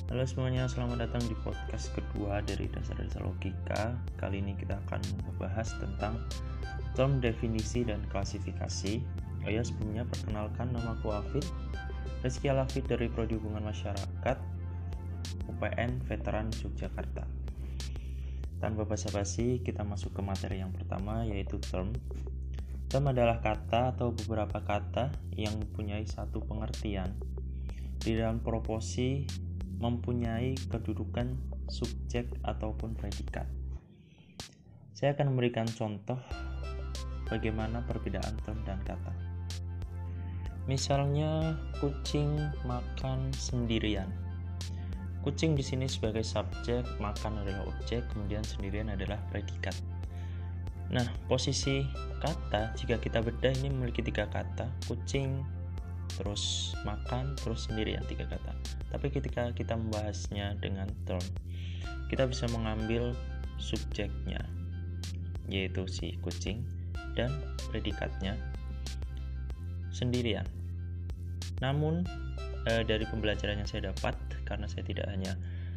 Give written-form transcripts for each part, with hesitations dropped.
Halo semuanya, selamat datang di podcast kedua dari Dasar-Dasar Logika. Kali ini kita akan membahas tentang term definisi dan klasifikasi. Oh ya, sebelumnya perkenalkan, nama aku Hafid, Rizky Alafid dari Prodi Hubungan Masyarakat UPN Veteran Yogyakarta. Tanpa basa-basi, kita masuk ke materi yang pertama, yaitu term. Term adalah kata atau beberapa kata yang mempunyai satu pengertian di dalam proporsi mempunyai kedudukan subjek ataupun predikat. Saya akan memberikan contoh bagaimana perbedaan term dan kata. Misalnya, kucing makan sendirian. Kucing di sini sebagai subjek, makan adalah objek, kemudian sendirian adalah predikat. Nah, posisi kata jika kita bedah ini memiliki 3 kata, kucing, terus makan, terus sendirian, 3 kata. Tapi ketika kita membahasnya dengan term, kita bisa mengambil subjeknya, yaitu si kucing, dan predikatnya sendirian. Namun dari pembelajaran yang saya dapat, karena saya tidak hanya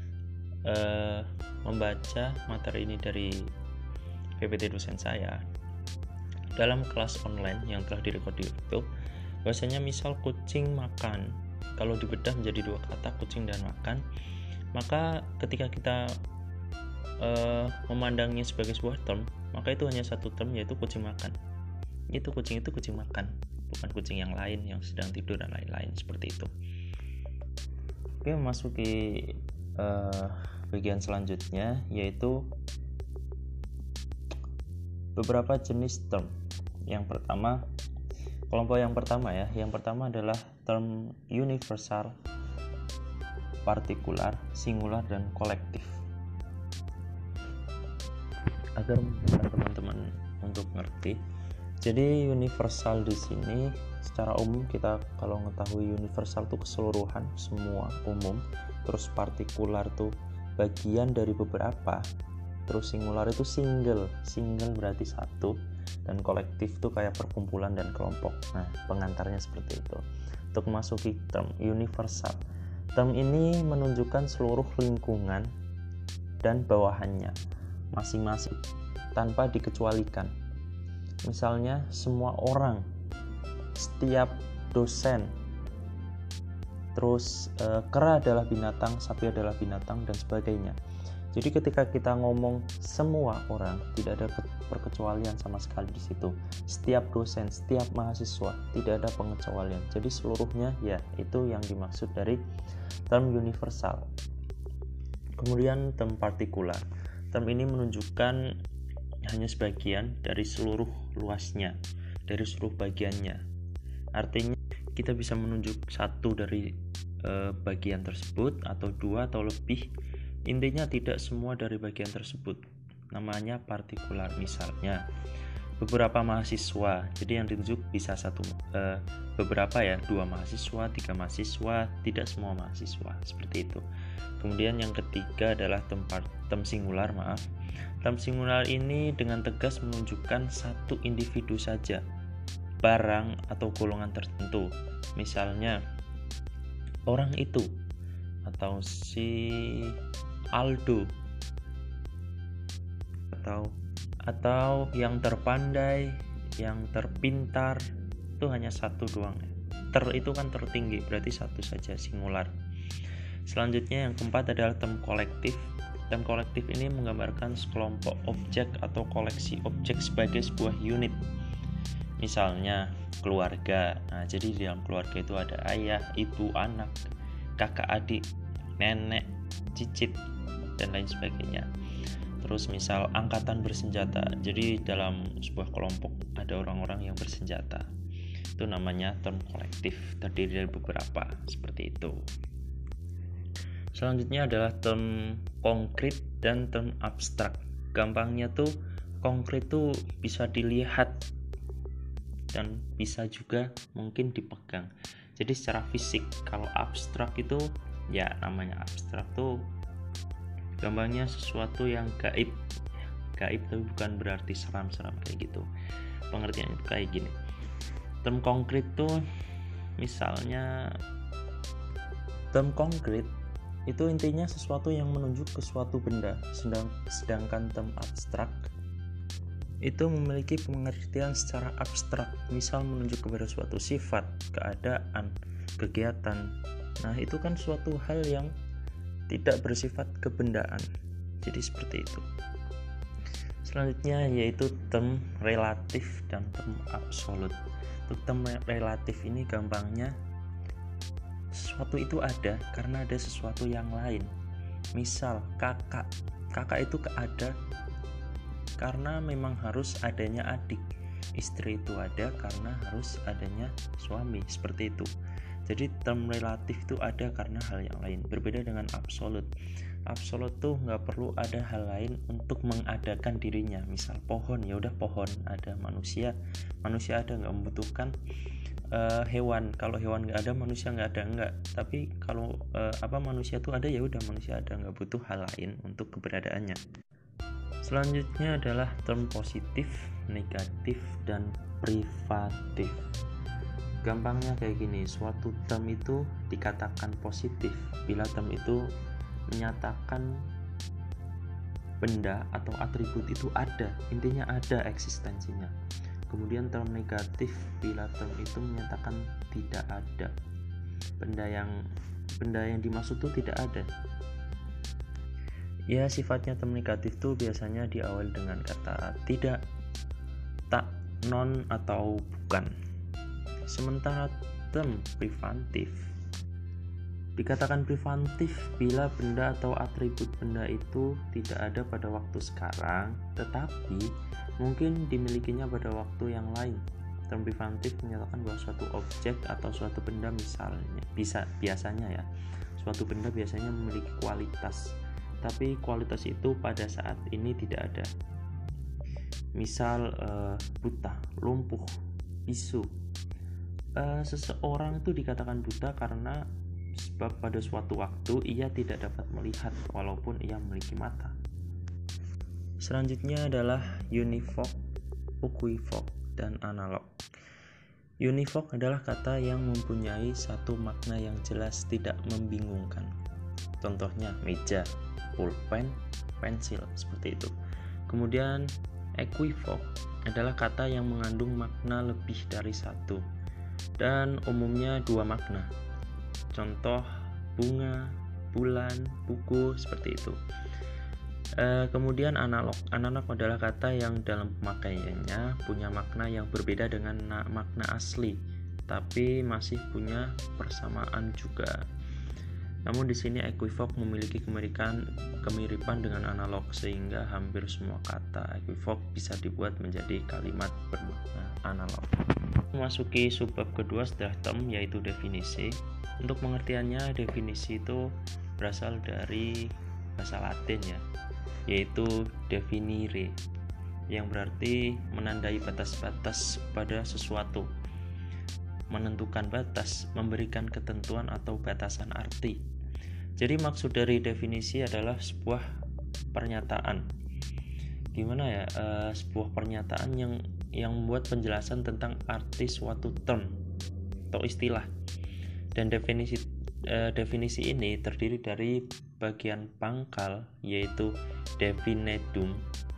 membaca materi ini dari PPT dosen saya, dalam kelas online yang telah direkod di YouTube, bahwasanya misal kucing makan, kalau dibedah menjadi 2 kata, kucing dan makan, maka ketika kita memandangnya sebagai sebuah term, maka itu hanya satu term, yaitu kucing makan. Itu kucing makan, bukan kucing yang lain yang sedang tidur dan lain-lain, seperti itu. Oke, memasuki bagian selanjutnya, yaitu beberapa jenis term. Yang pertama, kelompok yang pertama adalah term universal, partikular, singular, dan kolektif. Agar memudahkan teman-teman untuk ngerti, jadi universal di sini secara umum, kita kalau mengetahui universal itu keseluruhan, semua, umum. Terus partikular itu bagian dari beberapa. Terus singular itu single berarti satu, dan kolektif itu kayak perkumpulan dan kelompok. Nah, pengantarnya seperti itu. Untuk memasuki term universal, term ini menunjukkan seluruh lingkungan dan bawahannya masing-masing tanpa dikecualikan. Misalnya, semua orang, setiap dosen, terus kera adalah binatang, sapi adalah binatang, dan sebagainya. Jadi ketika kita ngomong semua orang, tidak ada perkecualian sama sekali di situ. Setiap dosen, setiap mahasiswa, tidak ada pengecualian. Jadi seluruhnya, ya, itu yang dimaksud dari term universal. Kemudian term partikular. Term ini menunjukkan hanya sebagian dari seluruh luasnya, dari seluruh bagiannya. Artinya kita bisa menunjuk satu dari bagian tersebut, atau 2 atau lebih. Intinya tidak semua dari bagian tersebut, namanya partikular. Misalnya beberapa mahasiswa, jadi yang ditunjuk bisa beberapa, ya, 2 mahasiswa, 3 mahasiswa, tidak semua mahasiswa, seperti itu. Kemudian yang ketiga adalah term singular. Term singular ini dengan tegas menunjukkan satu individu saja, barang atau golongan tertentu. Misalnya orang itu, atau si Aldo, atau yang terpandai, yang terpintar, itu hanya satu doang. Itu kan tertinggi, berarti satu saja, singular. Selanjutnya yang keempat adalah term kolektif. Term kolektif ini menggambarkan sekelompok objek atau koleksi objek sebagai sebuah unit. Misalnya keluarga. Nah, jadi di dalam keluarga itu ada ayah, ibu, anak, kakak, adik, nenek, cicit, dan lain sebagainya. Terus misal angkatan bersenjata, jadi dalam sebuah kelompok ada orang-orang yang bersenjata, itu namanya term kolektif, terdiri dari beberapa, seperti itu. Selanjutnya adalah term konkret dan term abstrak. Gampangnya tuh, konkret tuh bisa dilihat dan bisa juga mungkin dipegang, jadi secara fisik. Kalau abstrak itu, ya, namanya abstrak tuh gampangnya sesuatu yang gaib tapi bukan berarti seram-seram kayak gitu. Pengertiannya itu kayak gini. Term konkret tuh, misalnya term konkret Itu intinya sesuatu yang menunjuk ke suatu benda, sedangkan term abstrak itu memiliki pengertian secara abstrak, misal menunjuk kepada suatu sifat, keadaan, kegiatan. Nah, itu kan suatu hal yang tidak bersifat kebendaan. Jadi seperti itu. Selanjutnya yaitu term relatif dan term absolut. Untuk term relatif ini gampangnya sesuatu itu ada karena ada sesuatu yang lain. Misal kakak itu ada karena memang harus adanya adik. Istri itu ada karena harus adanya suami, seperti itu. Jadi term relatif itu ada karena hal yang lain. Berbeda dengan absolut. Absolut tuh nggak perlu ada hal lain untuk mengadakan dirinya. Misal pohon, ya udah pohon ada. Manusia ada, nggak membutuhkan hewan. Kalau hewan nggak ada, manusia nggak ada, nggak. Tapi kalau manusia tuh ada, ya udah manusia ada, nggak butuh hal lain untuk keberadaannya. Selanjutnya adalah term positif, negatif, dan privatif. Gampangnya kayak gini, suatu term itu dikatakan positif bila term itu menyatakan benda atau atribut itu ada, intinya ada eksistensinya. Kemudian term negatif bila term itu menyatakan tidak ada, benda yang dimaksud itu tidak ada. Ya, sifatnya term negatif tuh biasanya diawali dengan kata tidak, tak, non, atau bukan. Sementara term privatif dikatakan privatif bila benda atau atribut benda itu tidak ada pada waktu sekarang, tetapi mungkin dimilikinya pada waktu yang lain. Term privatif menyatakan bahwa suatu objek atau suatu benda biasanya suatu benda biasanya memiliki kualitas, tapi kualitas itu pada saat ini tidak ada. Misal buta, lumpuh, bisu. Seseorang itu dikatakan buta karena sebab pada suatu waktu ia tidak dapat melihat walaupun ia memiliki mata. Selanjutnya adalah univok, equivok, dan analog. Univok adalah kata yang mempunyai satu makna yang jelas, tidak membingungkan. Contohnya meja, pulpen, pensil, seperti itu. Kemudian equivok adalah kata yang mengandung makna lebih dari satu dan umumnya dua makna. Contoh bunga, bulan, buku, seperti itu. Kemudian analog adalah kata yang dalam pemakaiannya punya makna yang berbeda dengan makna asli, tapi masih punya persamaan juga. Namun di sini equivok memiliki kemiripan dengan analog, sehingga hampir semua kata equivok bisa dibuat menjadi kalimat bermakna analog. Memasuki subbab kedua setelah term, yaitu definisi. Untuk pengertiannya, definisi itu berasal dari bahasa Latin yaitu definire, yang berarti menandai batas-batas pada sesuatu, menentukan batas, memberikan ketentuan atau batasan arti. Jadi maksud dari definisi adalah sebuah pernyataan. Gimana sebuah pernyataan yang membuat penjelasan tentang arti suatu term atau istilah. Dan definisi ini terdiri dari bagian pangkal, yaitu definendum.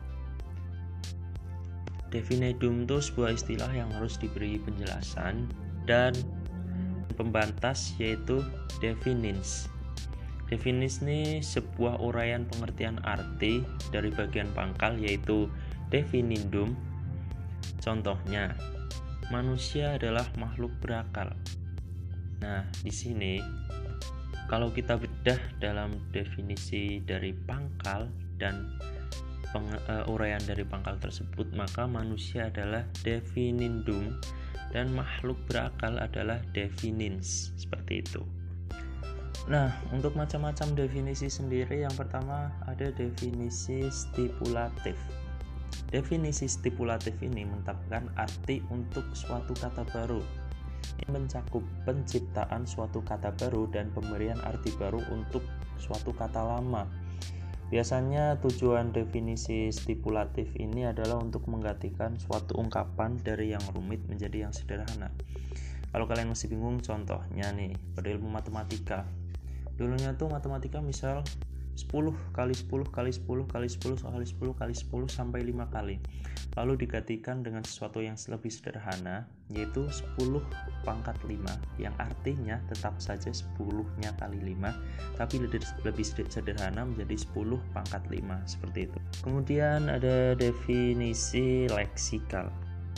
Definendum itu sebuah istilah yang harus diberi penjelasan, dan pembatas yaitu definins. Definins ini sebuah uraian pengertian arti dari bagian pangkal, yaitu definendum. Contohnya, manusia adalah makhluk berakal. Nah, di sini kalau kita bedah dalam definisi dari pangkal dan uraian dari pangkal tersebut, maka manusia adalah definendum dan makhluk berakal adalah definins, seperti itu. Nah, untuk macam-macam definisi sendiri, yang pertama ada definisi stipulatif. Definisi stipulatif ini menetapkan arti untuk suatu kata baru. Ini mencakup penciptaan suatu kata baru dan pemberian arti baru untuk suatu kata lama. Biasanya tujuan definisi stipulatif ini adalah untuk menggantikan suatu ungkapan dari yang rumit menjadi yang sederhana. Kalau kalian masih bingung, contohnya nih, pada ilmu matematika. Dulunya tuh matematika misal 10 kali 10 kali 10 kali 10 kali 10 kali 10 sampai 5 kali. Lalu digantikan dengan sesuatu yang lebih sederhana, yaitu 10 pangkat 5, yang artinya tetap saja 10-nya kali 5, tapi lebih sederhana menjadi 10 pangkat 5, seperti itu. Kemudian ada definisi leksikal.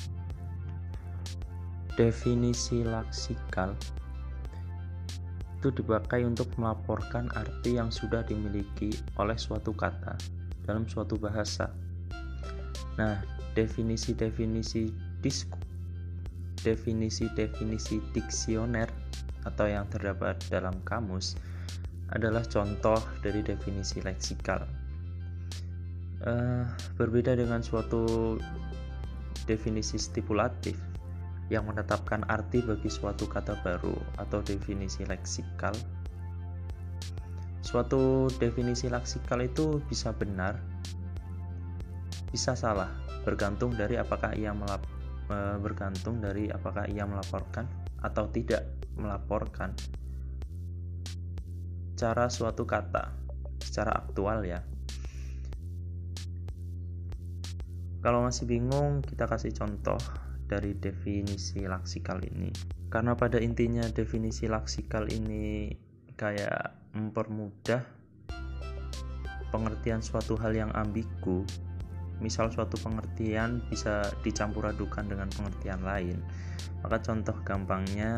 Definisi leksikal itu dipakai untuk melaporkan arti yang sudah dimiliki oleh suatu kata dalam suatu bahasa. Nah, definisi-definisi diksioner atau yang terdapat dalam kamus adalah contoh dari definisi leksikal. Berbeda dengan suatu definisi stipulatif yang menetapkan arti bagi suatu kata baru atau definisi leksikal. Suatu definisi leksikal itu bisa benar, bisa salah, bergantung dari apakah ia melaporkan atau tidak melaporkan cara suatu kata secara aktual ya. Kalau masih bingung, kita kasih contoh dari definisi leksikal ini. Karena pada intinya definisi leksikal ini kayak mempermudah pengertian suatu hal yang ambigu. Misal suatu pengertian bisa dicampur adukan dengan pengertian lain. Maka contoh gampangnya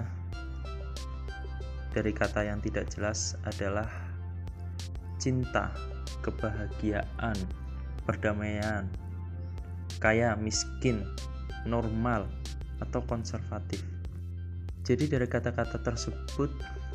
dari kata yang tidak jelas adalah cinta, kebahagiaan, perdamaian, kaya, miskin, normal, atau konservatif. Jadi dari kata-kata tersebut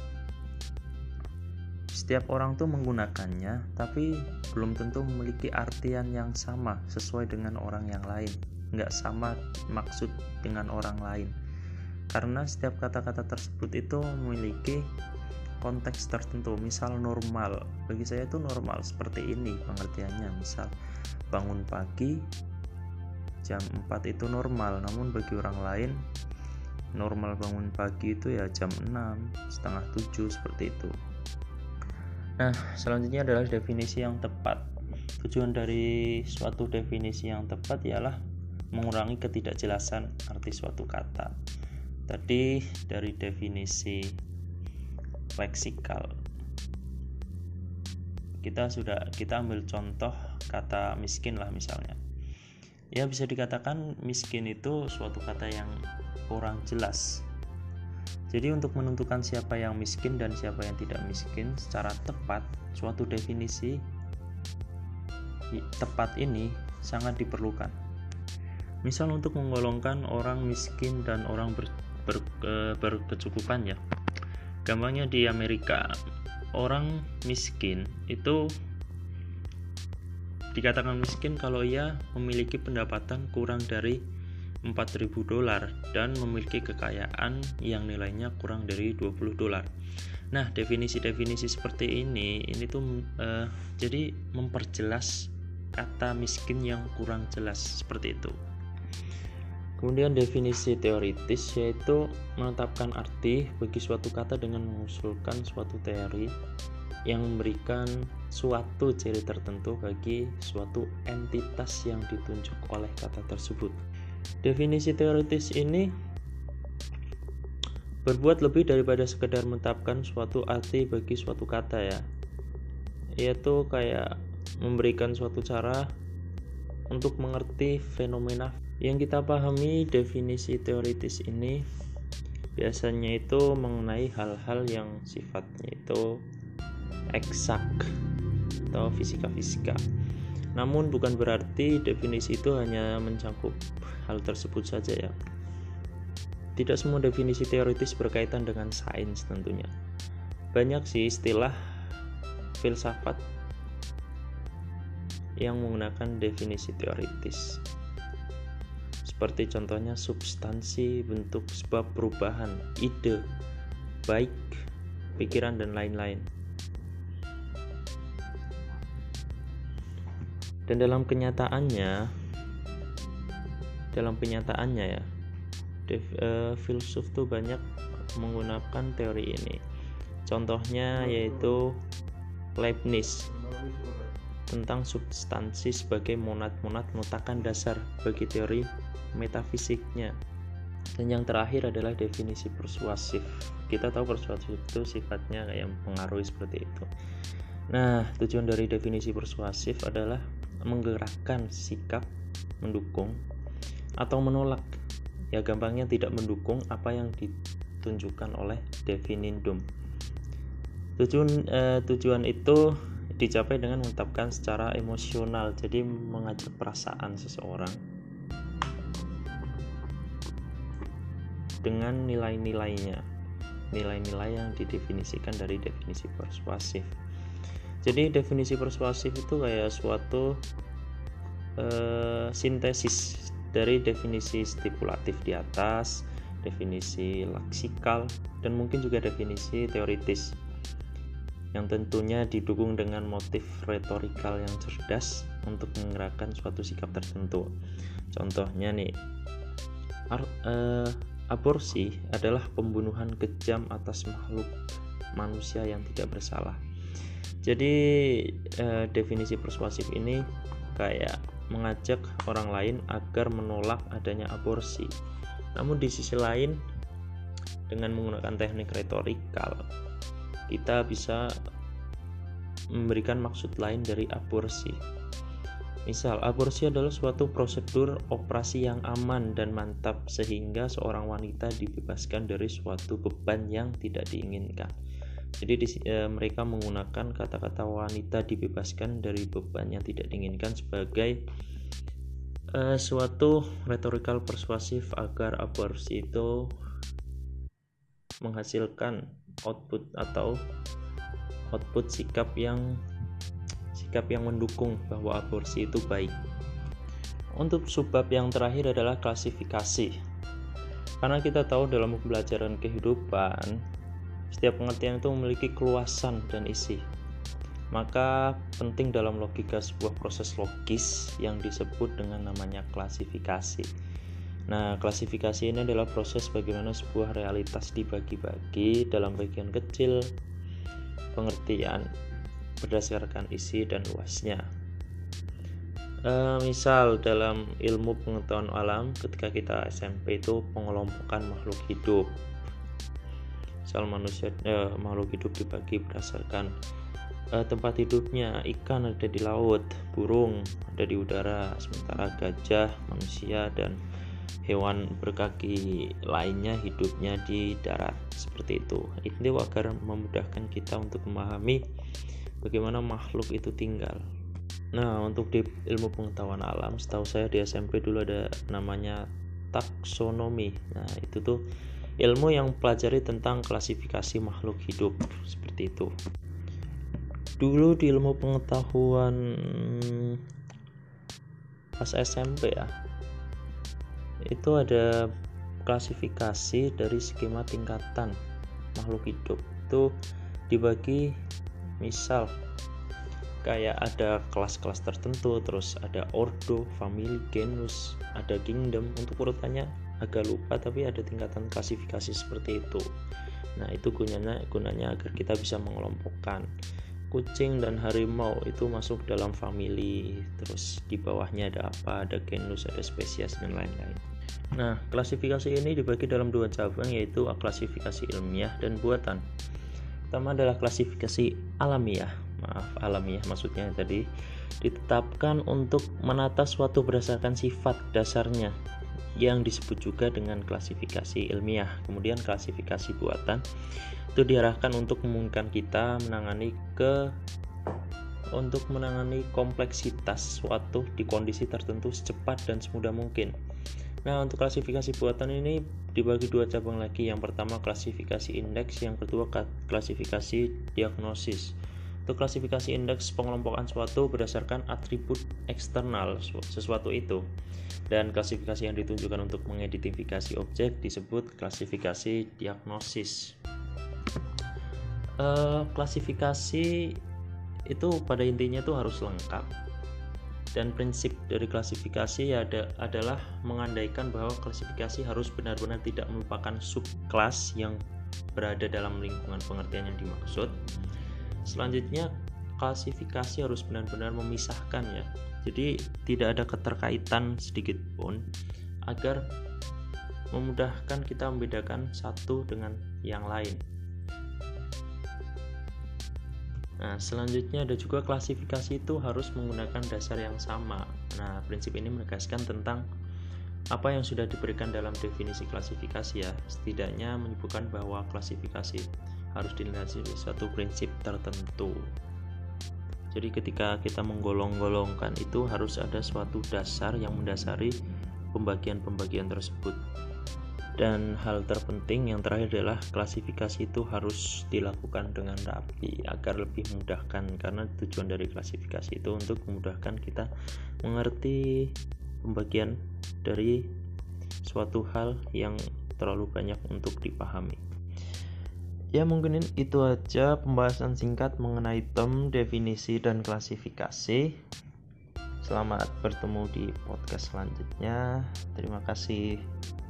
setiap orang tuh menggunakannya, tapi belum tentu memiliki artian yang sama sesuai dengan orang yang lain, nggak sama maksud dengan orang lain, karena setiap kata-kata tersebut itu memiliki konteks tertentu. Misal normal, bagi saya itu normal seperti ini pengertiannya. Misal bangun pagi jam 4 itu normal, namun bagi orang lain normal bangun pagi itu ya jam 6, setengah 7, seperti itu. Nah, selanjutnya adalah definisi yang tepat. Tujuan dari suatu definisi yang tepat ialah mengurangi ketidakjelasan arti suatu kata. Tadi dari definisi leksikal kita ambil contoh kata miskin lah misalnya. Ya, bisa dikatakan miskin itu suatu kata yang kurang jelas. Jadi untuk menentukan siapa yang miskin dan siapa yang tidak miskin secara tepat, suatu definisi tepat ini sangat diperlukan. Misal untuk menggolongkan orang miskin dan orang berkecukupan ya. Gampangnya di Amerika, orang miskin itu dikatakan miskin kalau ia memiliki pendapatan kurang dari $4.000 dan memiliki kekayaan yang nilainya kurang dari $20. Nah, definisi-definisi seperti ini tuh jadi memperjelas kata miskin yang kurang jelas seperti itu. Kemudian definisi teoritis yaitu menetapkan arti bagi suatu kata dengan mengusulkan suatu teori yang memberikan suatu ciri tertentu bagi suatu entitas yang ditunjuk oleh kata tersebut. Definisi teoritis ini berbuat lebih daripada sekedar menetapkan suatu arti bagi suatu kata ya, yaitu kayak memberikan suatu cara untuk mengerti fenomena. Yang kita pahami definisi teoritis ini biasanya itu mengenai hal-hal yang sifatnya itu eksak atau fisika-fisika. Namun bukan berarti definisi itu hanya mencakup hal tersebut saja ya. Tidak semua definisi teoritis berkaitan dengan sains tentunya. Banyak sih istilah filsafat yang menggunakan definisi teoritis. Seperti contohnya substansi, bentuk, sebab perubahan, ide, baik, pikiran, dan lain-lain. Dan dalam kenyataannya ya, filsuf tuh banyak menggunakan teori ini. Contohnya yaitu Leibniz tentang substansi sebagai monad-monad merupakan dasar bagi teori metafisiknya. Dan yang terakhir adalah definisi persuasif. Kita tahu persuasif itu sifatnya kayak mempengaruhi seperti itu. Nah, tujuan dari definisi persuasif adalah menggerakkan sikap mendukung atau menolak. Ya gampangnya tidak mendukung apa yang ditunjukkan oleh definindum. Tujuan itu dicapai dengan menetapkan secara emosional, jadi mengajak perasaan seseorang dengan nilai-nilai yang didefinisikan dari definisi persuasif. Jadi definisi persuasif itu kayak suatu sintesis dari definisi stipulatif di atas, definisi leksikal, dan mungkin juga definisi teoritis yang tentunya didukung dengan motif retorikal yang cerdas untuk menggerakkan suatu sikap tertentu. Contohnya nih, aborsi adalah pembunuhan kejam atas makhluk manusia yang tidak bersalah. Jadi definisi persuasif ini kayak mengajak orang lain agar menolak adanya aborsi. Namun di sisi lain, dengan menggunakan teknik retorikal, kita bisa memberikan maksud lain dari aborsi. Misal, aborsi adalah suatu prosedur operasi yang aman dan mantap sehingga seorang wanita dibebaskan dari suatu beban yang tidak diinginkan. Jadi mereka menggunakan kata-kata wanita dibebaskan dari beban yang tidak diinginkan sebagai suatu retorikal persuasif agar aborsi itu menghasilkan output sikap yang mendukung bahwa aborsi itu baik. Untuk subbab yang terakhir adalah klasifikasi. Karena kita tahu dalam pembelajaran kehidupan, setiap pengertian itu memiliki keluasan dan isi. Maka penting dalam logika sebuah proses logis yang disebut dengan namanya klasifikasi. Nah, klasifikasi ini adalah proses bagaimana sebuah realitas dibagi-bagi dalam bagian kecil pengertian berdasarkan isi dan luasnya. Misal dalam ilmu pengetahuan alam ketika kita SMP itu pengelompokan makhluk hidup. Misal makhluk hidup dibagi berdasarkan tempat hidupnya. Ikan ada di laut, burung ada di udara, sementara gajah, manusia, dan hewan berkaki lainnya hidupnya di darat. Seperti itu. Itu agar memudahkan kita untuk memahami bagaimana makhluk itu tinggal. Nah, untuk di ilmu pengetahuan alam, setahu saya di SMP dulu ada namanya taksonomi. Nah, itu tuh ilmu yang pelajari tentang klasifikasi makhluk hidup. Seperti itu. Dulu di ilmu pengetahuan pas SMP ya, itu ada klasifikasi dari skema tingkatan makhluk hidup. Itu dibagi, misal kayak ada kelas-kelas tertentu, terus ada ordo, family, genus, ada kingdom. Untuk urutannya agak lupa, tapi ada tingkatan klasifikasi seperti itu. Nah, itu gunanya agar kita bisa mengelompokkan. Kucing dan harimau itu masuk dalam family, terus di bawahnya ada apa, ada genus, ada spesies, dan lain-lain. Nah, klasifikasi ini dibagi dalam dua cabang, yaitu klasifikasi ilmiah dan buatan. Pertama adalah klasifikasi alamiah maksudnya tadi ditetapkan untuk menata suatu berdasarkan sifat dasarnya yang disebut juga dengan klasifikasi ilmiah. Kemudian klasifikasi buatan itu diarahkan untuk memungkinkan kita menangani kompleksitas suatu di kondisi tertentu secepat dan semudah mungkin. Nah, untuk klasifikasi buatan ini dibagi dua cabang lagi. Yang pertama klasifikasi indeks, yang kedua klasifikasi diagnosis. Untuk klasifikasi indeks, pengelompokan suatu berdasarkan atribut eksternal sesuatu itu. Dan klasifikasi yang ditunjukkan untuk mengidentifikasi objek disebut klasifikasi diagnosis. Klasifikasi itu pada intinya itu harus lengkap. Dan prinsip dari klasifikasi adalah mengandaikan bahwa klasifikasi harus benar-benar tidak merupakan subkelas yang berada dalam lingkungan pengertian yang dimaksud. Selanjutnya, klasifikasi harus benar-benar memisahkan ya. Jadi tidak ada keterkaitan sedikit pun agar memudahkan kita membedakan satu dengan yang lain. Nah, selanjutnya ada juga klasifikasi itu harus menggunakan dasar yang sama. Nah, prinsip ini menegaskan tentang apa yang sudah diberikan dalam definisi klasifikasi ya. Setidaknya menyebutkan bahwa klasifikasi harus dilandasi suatu prinsip tertentu. Jadi ketika kita menggolong-golongkan itu harus ada suatu dasar yang mendasari pembagian-pembagian tersebut. Dan hal terpenting yang terakhir adalah klasifikasi itu harus dilakukan dengan rapi agar lebih memudahkan, karena tujuan dari klasifikasi itu untuk memudahkan kita mengerti pembagian dari suatu hal yang terlalu banyak untuk dipahami. Ya, mungkin itu aja pembahasan singkat mengenai term, definisi, dan klasifikasi. Selamat bertemu di podcast selanjutnya. Terima kasih.